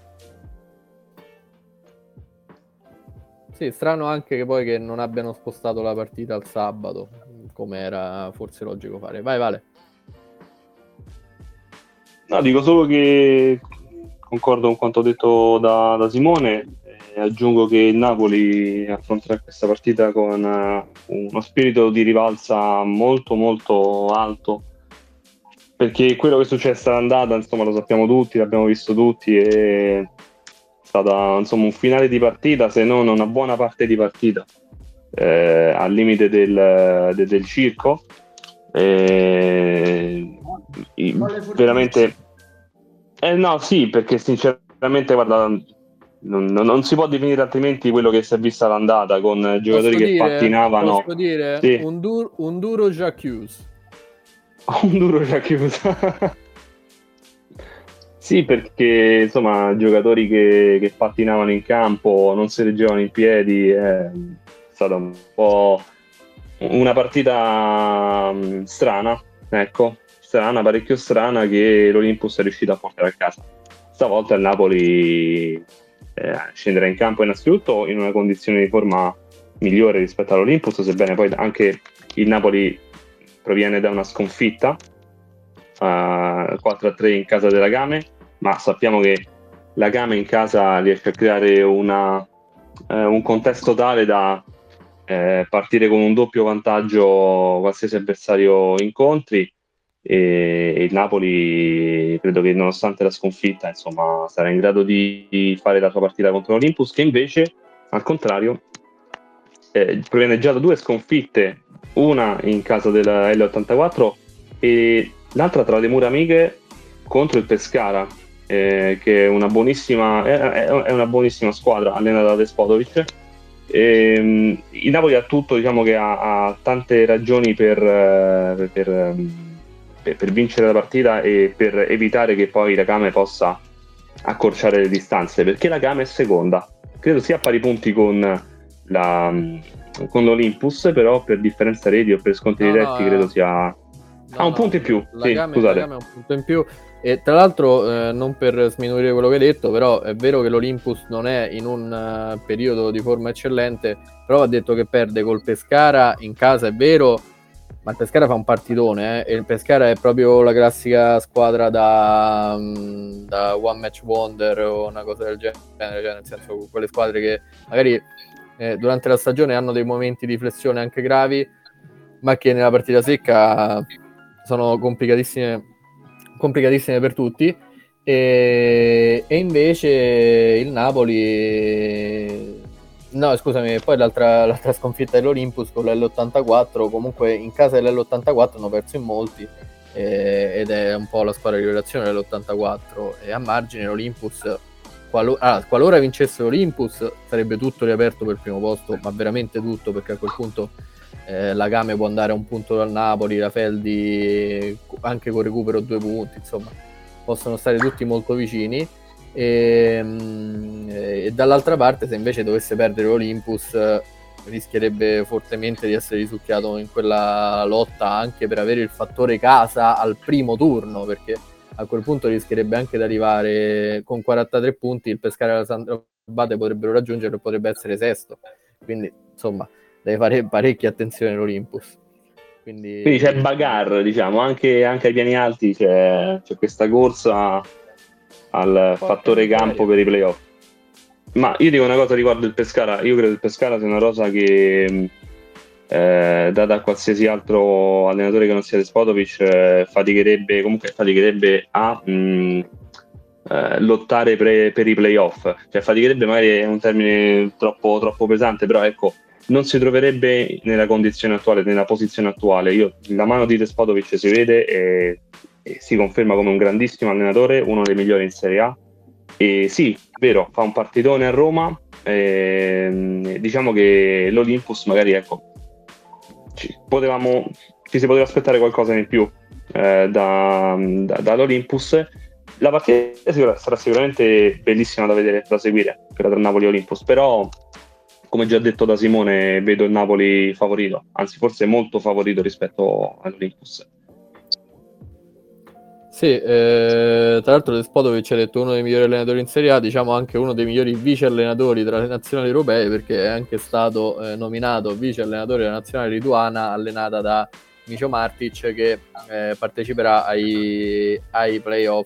Sì, strano anche che poi che non abbiano spostato la partita al sabato, come era forse logico fare. Vai Vale. No, dico solo che concordo con quanto detto da Simone, aggiungo che il Napoli affronterà questa partita con uno spirito di rivalsa molto molto alto, perché quello che è successo all'andata, insomma, lo sappiamo tutti, l'abbiamo visto tutti, è stata insomma un finale di partita, se non una buona parte di partita, al limite del circo. Veramente no, sì, perché sinceramente guarda, non si può definire altrimenti quello che si è visto all'andata, con giocatori che pattinavano. Posso dire? Sì. Un duro già chiuso. Un duro già chiuso. Sì, perché insomma giocatori che pattinavano in campo, non si reggevano in piedi, è stata un po' una partita strana, ecco, parecchio strana, che l'Olympus è riuscito a portare a casa. Stavolta il Napoli scenderà in campo innanzitutto in una condizione di forma migliore rispetto all'Olympus, sebbene poi anche il Napoli proviene da una sconfitta 4-3 in casa della Game, ma sappiamo che la Game in casa riesce a creare un contesto tale da partire con un doppio vantaggio qualsiasi avversario incontri, e il Napoli credo che nonostante la sconfitta insomma sarà in grado di fare la sua partita contro l'Olympus, che invece al contrario proviene già da 2 sconfitte, una in casa della L84 e l'altra tra le mura amiche contro il Pescara, che è una buonissima squadra allenata da Despodovic, Il Napoli ha tutto, diciamo che ha tante ragioni per vincere la partita e per evitare che poi la Kame possa accorciare le distanze, perché la Kame è seconda, credo sia a pari punti con l'Olympus, però per differenza reti o per sconti diretti credo sia un punto in più. La sì, Kame scusate. è un punto in più. E tra l'altro, non per sminuire quello che hai detto, però è vero che l'Olympus non è in un periodo di forma eccellente, però va detto che perde col Pescara in casa, è vero, ma il Pescara fa un partitone, e il Pescara è proprio la classica squadra da one match wonder o una cosa del genere, cioè nel senso quelle squadre che magari durante la stagione hanno dei momenti di flessione anche gravi, ma che nella partita secca sono complicatissime per tutti. E invece il Napoli, no scusami, poi l'altra sconfitta dell'Olympus con l'L84, comunque in casa dell'L84 hanno perso in molti, ed è un po' la squadra di rivelazione dell'L84, e a margine l'Olympus, qualora vincesse l'Olympus sarebbe tutto riaperto per il primo posto, ma veramente tutto, perché a quel punto la Game può andare a un punto dal Napoli, la Feldi anche con recupero 2 punti, insomma possono stare tutti molto vicini, e dall'altra parte se invece dovesse perdere l'Olympus rischierebbe fortemente di essere risucchiato in quella lotta anche per avere il fattore casa al primo turno, perché a quel punto rischierebbe anche di arrivare con 43 punti, il Pescara e la Sandro Bate potrebbero raggiungerlo e potrebbe essere sesto, quindi insomma deve fare parecchia attenzione l'Olympus. Quindi c'è bagarre, diciamo, anche ai piani alti c'è questa corsa al fattore campo per i playoff. Ma io dico una cosa riguardo il Pescara, io credo che il Pescara sia una rosa che data a qualsiasi altro allenatore che non sia Despotovic faticherebbe a lottare per i playoff, cioè faticherebbe magari è un termine troppo pesante, però ecco, non si troverebbe nella condizione attuale, nella posizione attuale. La mano di Despotovic si vede e si conferma come un grandissimo allenatore, uno dei migliori in Serie A, e sì, vero, fa un partitone a Roma, diciamo che l'Olympus magari, ecco, ci si poteva aspettare qualcosa in più dall'Olympus. La partita sarà sicuramente bellissima da vedere, da seguire, quella tra Napoli e Olympus, però come già detto da Simone vedo il Napoli favorito, anzi forse molto favorito rispetto all'Olympus. Sì, tra l'altro Despotovic ha detto uno dei migliori allenatori in Serie A, diciamo anche uno dei migliori vice allenatori tra le nazionali europee, perché è anche stato nominato vice allenatore della nazionale lituana allenata da Micio Martic, che parteciperà ai playoff.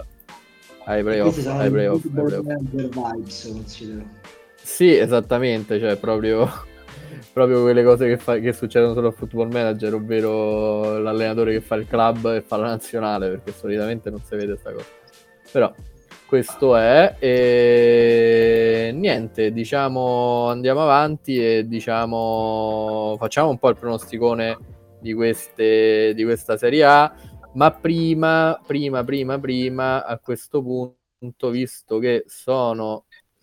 Sì, esattamente, cioè proprio quelle cose che succedono solo al Football Manager, ovvero l'allenatore che fa il club e fa la nazionale, perché solitamente non si vede questa cosa. Però questo è, e niente, diciamo andiamo avanti e diciamo facciamo un po' il pronosticone di questa Serie A, ma prima a questo punto, visto che sono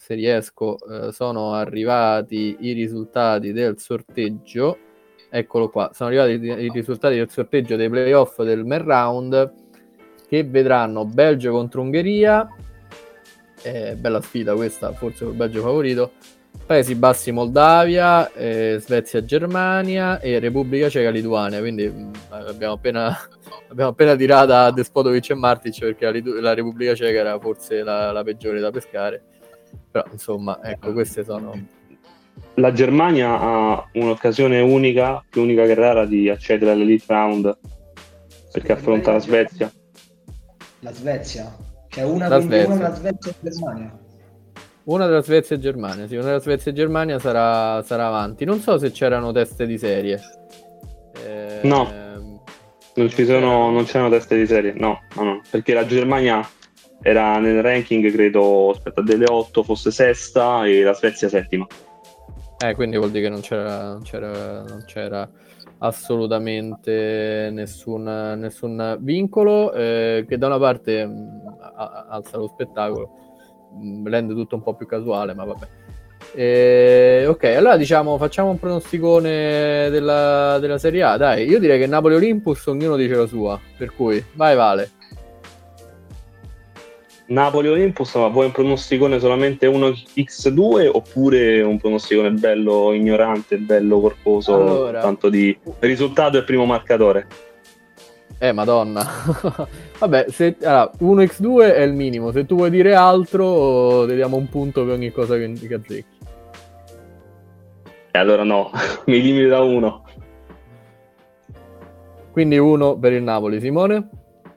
arrivati i risultati del sorteggio, eccolo qua, sono arrivati i risultati del sorteggio dei playoff del main round, che vedranno Belgio contro Ungheria, bella sfida questa, forse col Belgio favorito, Paesi Bassi Moldavia, Svezia Germania e Repubblica Ceca Lituania, quindi abbiamo appena tirata Despotovic e Martic, perché la Repubblica Ceca era forse la peggiore da pescare, però insomma ecco, queste sono. La Germania ha un'occasione più unica che rara, di accedere all'Elite Round, perché affronta la Svezia. La Svezia? Cioè una della Svezia e Germania? Una della Svezia e Germania, sì, una della Svezia e Germania sarà avanti. Non so se c'erano teste di serie. No, non c'erano teste di serie, no, perché la Germania era nel ranking, credo, delle 8 fosse sesta e la Svezia settima. Quindi vuol dire che non c'era assolutamente nessun vincolo, che da una parte alza lo spettacolo, rende tutto un po' più casuale, ma vabbè. Ok, allora diciamo facciamo un pronosticone della Serie A, dai. Io direi che Napoli-Olympus ognuno dice la sua, per cui vai Vale. Napoli-Olympus, ma vuoi un pronosticone solamente 1x2 oppure un pronosticone bello ignorante, bello corposo, Allora, tanto di risultato e primo marcatore? Madonna. Vabbè, allora, 1x2 è il minimo, se tu vuoi dire altro ti diamo un punto per ogni cosa che azzecchi. E allora no, mi limito da 1. Quindi 1 per il Napoli, Simone?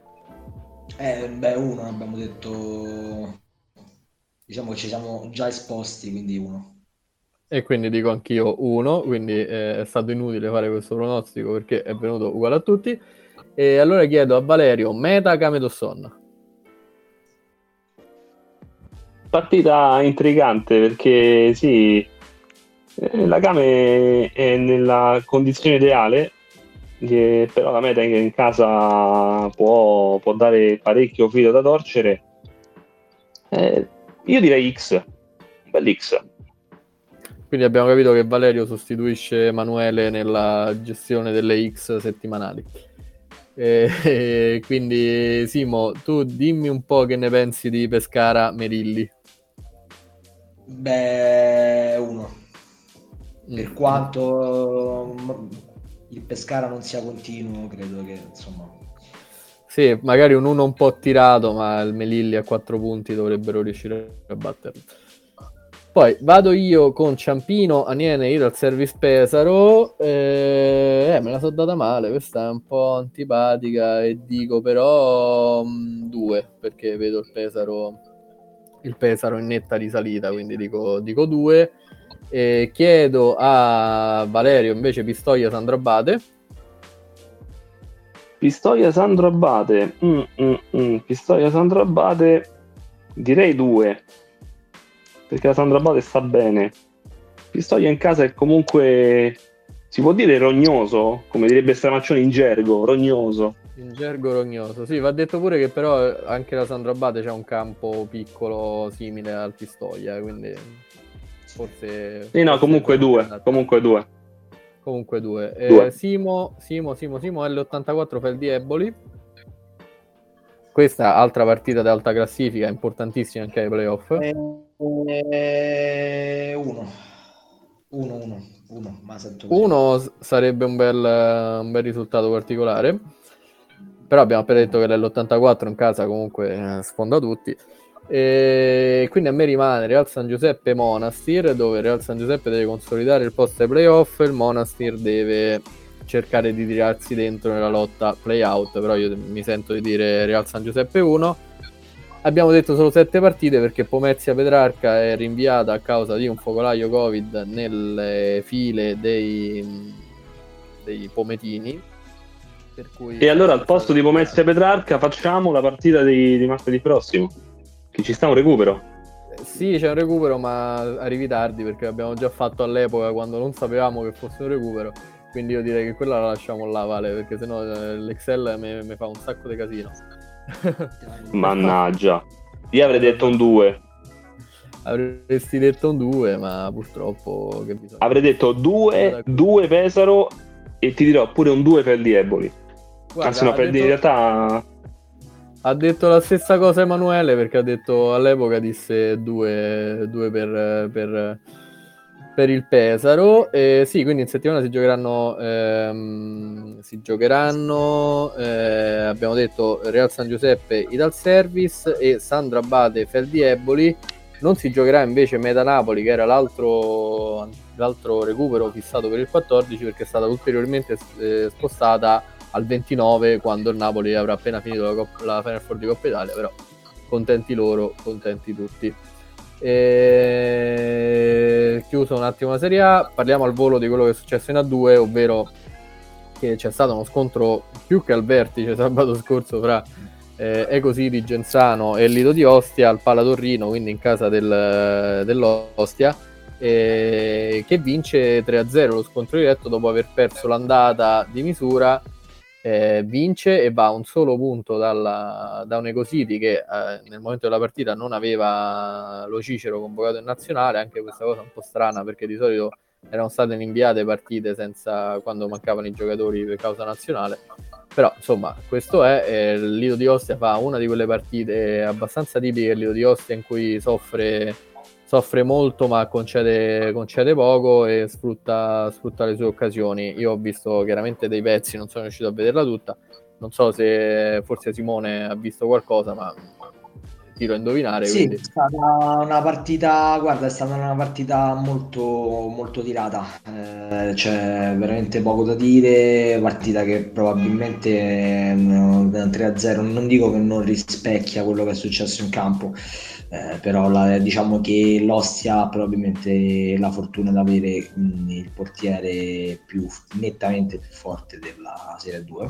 1 abbiamo detto, diciamo che ci siamo già esposti, quindi 1. E quindi dico anch'io 1, quindi è stato inutile fare questo pronostico perché è venuto uguale a tutti. E allora chiedo a Valerio, Meta Camedosson. Partita intrigante perché sì, la Game è nella condizione ideale, però la Meta in casa può dare parecchio filo da torcere. Io direi X, un bel X. Quindi abbiamo capito che Valerio sostituisce Emanuele nella gestione delle X settimanali. Quindi Simo, tu dimmi un po' che ne pensi di Pescara Merilli. 1. Per quanto il Pescara non sia continuo, credo che insomma... Sì, magari un 1 un po' tirato, ma il Melilli a 4 punti dovrebbero riuscire a batterlo. Poi vado io con Ciampino, Aniene, Idal Service Pesaro. Me la so data male, questa è un po' antipatica e dico però 2, perché vedo il Pesaro in netta risalita, quindi dico 2. Chiedo a Valerio invece Pistoia Sandro Abate. Pistoia Sandro Abate, Pistoia Sandro Abate, direi 2, perché la Sandro Abate sta bene. Pistoia in casa è comunque, si può dire rognoso, come direbbe Stramaccioni in gergo, rognoso. In gergo rognoso, sì, va detto pure che però anche la Sandro Abate c'ha un campo piccolo simile al Pistoia, quindi forse... Sì, no, comunque 2, comunque 2. Comunque 2. Simo L84 Feldi Eboli. Questa altra partita di alta classifica, importantissima anche ai playoff. 1, ma sento così. 1 sarebbe un bel risultato particolare. Però abbiamo appena detto che l'84 in casa comunque sfonda tutti. E quindi a me rimane Real San Giuseppe Monastir, dove Real San Giuseppe deve consolidare il posto ai playoff, il Monastir deve cercare di tirarsi dentro nella lotta play-out, però io mi sento di dire Real San Giuseppe 1. Abbiamo detto solo 7 partite perché Pomezia Petrarca è rinviata a causa di un focolaio Covid nelle file dei pometini. Per cui e allora al posto di Pomezia Petrarca facciamo la partita di martedì prossimo, che ci sta un recupero. Sì, c'è un recupero, ma arrivi tardi perché l'abbiamo già fatto all'epoca quando non sapevamo che fosse un recupero. Quindi io direi che quella la lasciamo là, Vale, perché sennò l'Excel mi fa un sacco di casino. Mannaggia, io avrei detto un 2. Avresti detto un 2, ma purtroppo che bisogna. Avrei detto 2 Pesaro e ti dirò pure un 2 per Eboli. Anzi no, in realtà ha detto la stessa cosa Emanuele, perché ha detto all'epoca disse 2 per il Pesaro. Sì, quindi in settimana si giocheranno abbiamo detto Real San Giuseppe Idal Service e Sandro Abate Feldi Eboli. Non si giocherà invece Meta Napoli, che era l'altro recupero fissato per il 14, perché è stata ulteriormente spostata al 29, quando il Napoli avrà appena finito la Final Four di Coppa Italia. Però contenti loro, contenti tutti. Chiuso un attimo la Serie A, parliamo al volo di quello che è successo in A2, ovvero che c'è stato uno scontro più che al vertice sabato scorso fra Ecositi Genzano e Lido di Ostia al Pala Torrino, quindi in casa dell'Ostia, che vince 3-0 lo scontro diretto dopo aver perso l'andata di misura vince e va a un solo punto da un Eco City che nel momento della partita non aveva Lo Cicero convocato in nazionale. Anche questa cosa un po' strana, perché di solito erano state inviate partite senza, quando mancavano i giocatori per causa nazionale. Però insomma questo è il Lido di Ostia fa una di quelle partite abbastanza tipiche del Lido di Ostia, in cui soffre molto ma concede poco e sfrutta le sue occasioni. Io ho visto chiaramente dei pezzi, non sono riuscito a vederla tutta, non so se forse Simone ha visto qualcosa, ma tiro a indovinare. Sì, Quindi è stata una partita, guarda, è stata una partita molto, molto tirata, c'è veramente poco da dire, partita che probabilmente 3-0, non dico che non rispecchia quello che è successo in campo, però diciamo che l'Ostia ha probabilmente la fortuna di avere il portiere nettamente più forte della Serie 2,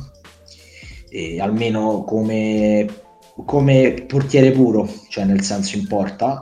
e almeno come portiere puro, cioè nel senso in porta,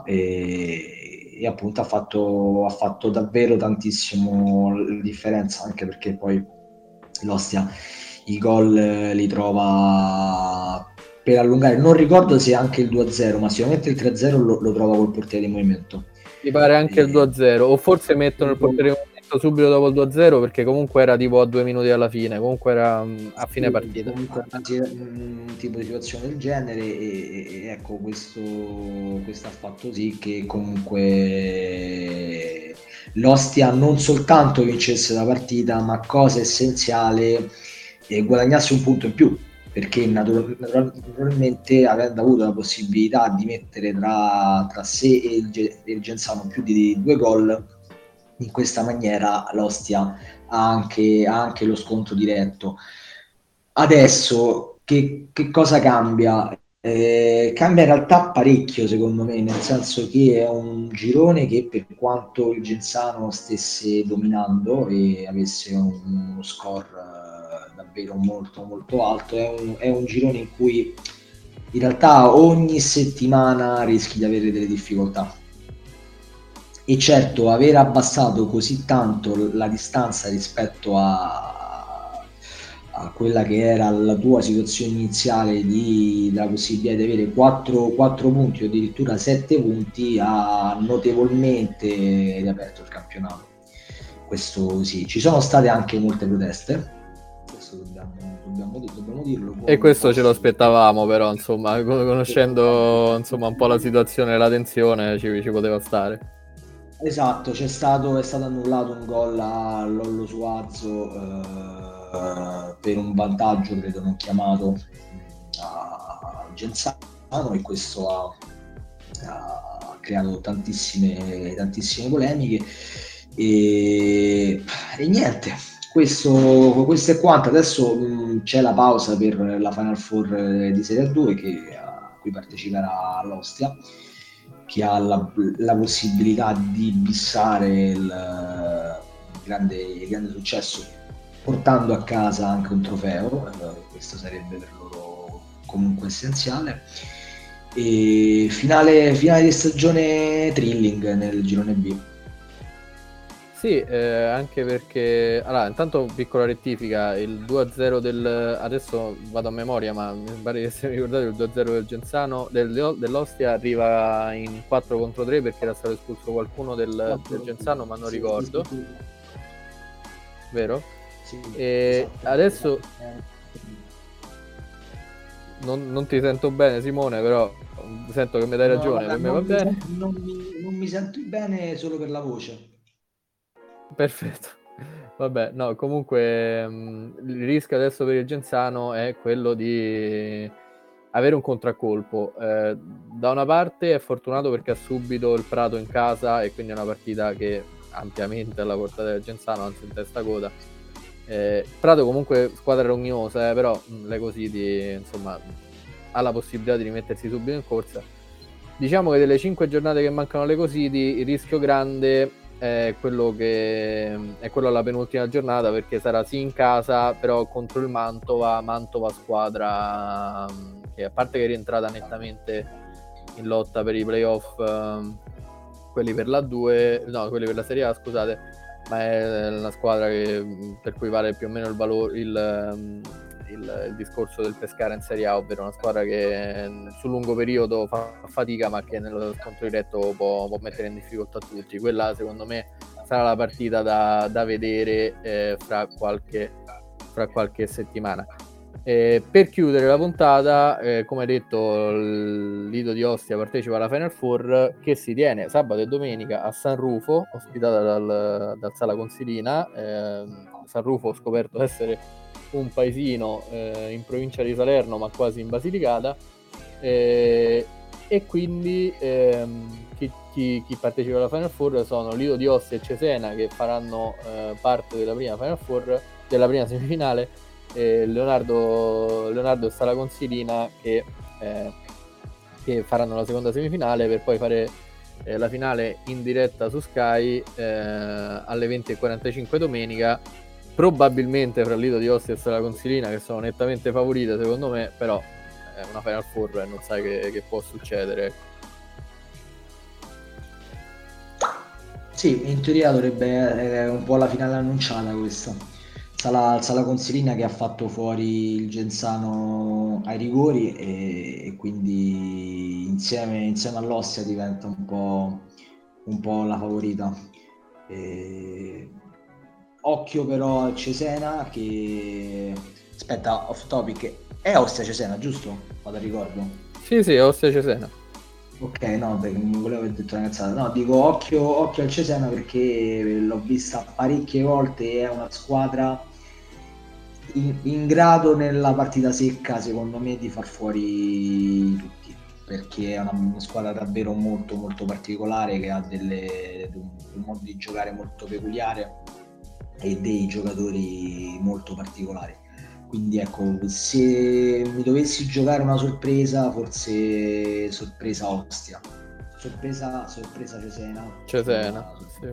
e appunto ha fatto davvero tantissimo la differenza, anche perché poi l'Ostia i gol li trova per allungare. Non ricordo se anche il 2-0, ma sicuramente il 3-0 lo trova col portiere di movimento. mi pare anche il 2-0, o forse mettono il portiere di movimento subito dopo il 2-0, perché comunque era tipo a 2 minuti alla fine, comunque era a fine partita. Comunque un tipo di situazione del genere, e ecco, questo ha fatto sì che comunque l'Ostia non soltanto vincesse la partita, ma cosa essenziale, guadagnasse un punto in più, perché naturalmente, avendo avuto la possibilità di mettere tra sé e il Genzano più di 2 gol, in questa maniera l'Ostia ha anche lo sconto diretto. Adesso che cosa cambia? Cambia in realtà parecchio, secondo me, nel senso che è un girone che, per quanto il Genzano stesse dominando e avesse uno score davvero molto molto alto, è un girone in cui in realtà ogni settimana rischi di avere delle difficoltà. E certo, aver abbassato così tanto la distanza rispetto a quella che era la tua situazione iniziale della possibilità di avere 4 punti o addirittura 7 punti, ha notevolmente riaperto il campionato. Questo sì, ci sono state anche molte proteste, questo dobbiamo dirlo. E questo ce lo aspettavamo, però insomma, conoscendo insomma un po' la situazione e la tensione, ci poteva stare. Esatto, è stato annullato un gol a Lollo Suazzo per un vantaggio, credo, non chiamato a Genzano, e questo ha creato tantissime polemiche, e niente, questo è quanto. Adesso c'è la pausa per la Final Four di Serie 2 a cui parteciperà l'Ostia, che ha la possibilità di bissare il grande successo portando a casa anche un trofeo. Questo sarebbe per loro comunque essenziale. E finale di stagione thrilling nel girone B. Sì, anche perché allora, intanto piccola rettifica, il 2-0 adesso vado a memoria, ma mi pare di essere ricordato, il 2-0 del Genzano dell'Ostia arriva in 4 contro 3 perché era stato espulso qualcuno del Genzano, ma non ricordo. Vero? Sì, e esatto. Adesso non ti sento bene, Simone, però sento che mi dai ragione. Per me va bene. Non mi sento bene solo per la voce. Perfetto, vabbè, no, comunque il rischio adesso per il Genzano è quello di avere un contraccolpo. Da una parte è fortunato perché ha subito il Prato in casa, e quindi è una partita che ampiamente alla portata del Genzano, anzi in testa coda. Prato comunque squadra rognosa, però l'Eco City insomma ha la possibilità di rimettersi subito in corsa. Diciamo che delle 5 giornate che mancano all'Eco City, il rischio grande è quello alla penultima giornata, perché sarà sì in casa, però contro il Mantova squadra che, a parte che è rientrata nettamente in lotta per i playoff, quelli per la Serie A, scusate, ma è una squadra per cui vale più o meno il il discorso del Pescara in Serie A, ovvero una squadra che sul lungo periodo fa fatica, ma che nello scontro diretto può mettere in difficoltà tutti. Quella secondo me sarà la partita da vedere fra qualche settimana. Per chiudere la puntata, come detto, il Lido di Ostia partecipa alla Final Four, che si tiene sabato e domenica a San Rufo, ospitata dal Sala Consilina. San Rufo ho scoperto essere un paesino in provincia di Salerno, ma quasi in Basilicata, e quindi chi partecipa alla Final Four sono Lido di Ostia e Cesena, che faranno parte della prima Final Four, della prima semifinale, Leonardo e Sala Consilina che faranno la seconda semifinale, per poi fare la finale in diretta su Sky alle 20:45 domenica, probabilmente fra Lido di Ostia e Sala Consilina, che sono nettamente favorite secondo me, però è una Final Four e non sai che può succedere. Sì, in teoria dovrebbe essere un po' la finale annunciata questa. Sala Consilina che ha fatto fuori il Genzano ai rigori e quindi insieme all'Ostia diventa un po' la favorita. Occhio però al Cesena che... Aspetta, off topic. È Ostia Cesena, giusto? Vado a ricordo. Sì, Ostia Cesena. Ok, no, non volevo aver detto una cazzata. No, dico occhio al Cesena perché l'ho vista parecchie volte, è una squadra in grado nella partita secca, secondo me, di far fuori tutti, perché è una squadra davvero molto molto particolare, che ha un modo di giocare molto peculiare e dei giocatori molto particolari. Quindi ecco, se mi dovessi giocare una sorpresa, forse sorpresa Ostia, sorpresa Cesena.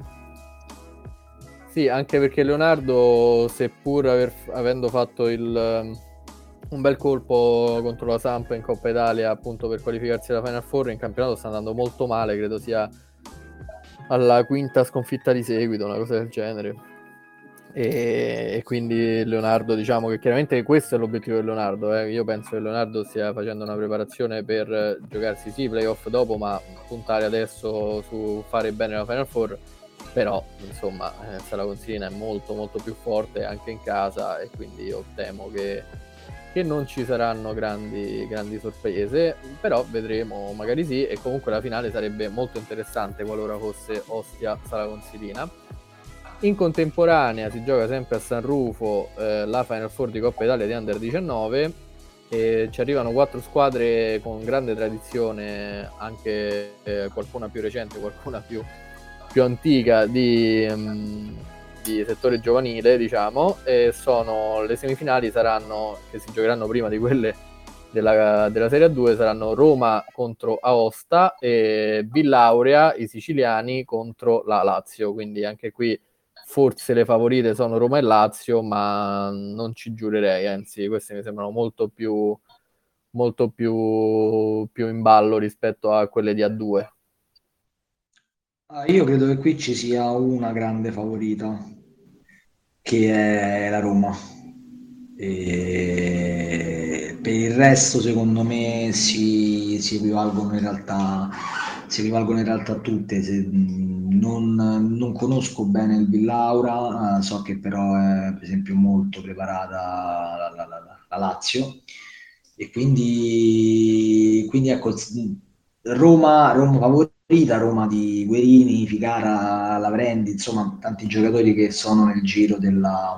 Sì, anche perché Leonardo, seppur avendo fatto un bel colpo contro la Samp in Coppa Italia, appunto per qualificarsi alla Final Four, in campionato sta andando molto male, credo sia alla quinta sconfitta di seguito, una cosa del genere. E quindi Leonardo, diciamo che chiaramente questo è l'obiettivo di Leonardo. Io penso che Leonardo stia facendo una preparazione per giocarsi sì playoff dopo, ma puntare adesso su fare bene la Final Four. Però insomma Sala Consilina è molto molto più forte anche in casa, e quindi io temo che non ci saranno grandi sorprese, però vedremo, magari sì. E comunque la finale sarebbe molto interessante qualora fosse Ostia Sala Consilina. In contemporanea si gioca sempre a San Rufo la Final Four di Coppa Italia di Under 19 e ci arrivano 4 squadre con grande tradizione, anche qualcuna più recente, qualcuna più antica di settore giovanile, diciamo. E sono le semifinali, che si giocheranno prima di quelle della Serie A2, saranno Roma contro Aosta e Villaurea, i siciliani, contro la Lazio. Quindi anche qui forse le favorite sono Roma e Lazio, ma non ci giurerei, anzi queste mi sembrano molto più in ballo rispetto a quelle di A2. Io credo che qui ci sia una grande favorita, che è la Roma. E per il resto, secondo me, si equivalgono in realtà tutte. Non conosco bene il Villaura, so che però è per esempio molto preparata la Lazio, e quindi ecco, Roma favorita, Roma di Guerini, Ficara, Lavrendi, insomma tanti giocatori che sono nel giro della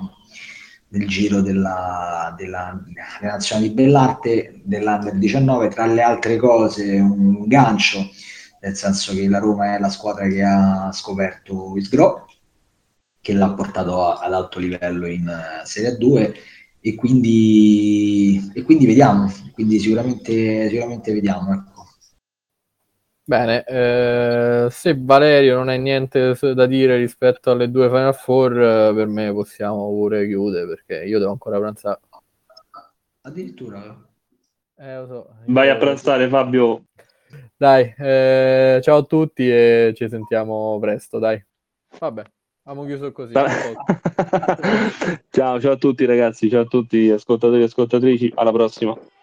nazionale di Bellarte dell'Under 19, tra le altre cose un gancio, nel senso che la Roma è la squadra che ha scoperto Isgro, che l'ha portato ad alto livello in Serie A2, e quindi vediamo, quindi sicuramente vediamo, ecco. Bene, se Valerio non hai niente da dire rispetto alle due Final Four, per me possiamo pure chiudere, perché io devo ancora pranzare. Addirittura? Lo so. Vai a pranzare, Fabio. Dai, ciao a tutti e ci sentiamo presto, dai. Vabbè. Abbiamo chiuso così. Ciao a tutti ragazzi, ciao a tutti ascoltatori e ascoltatrici, alla prossima.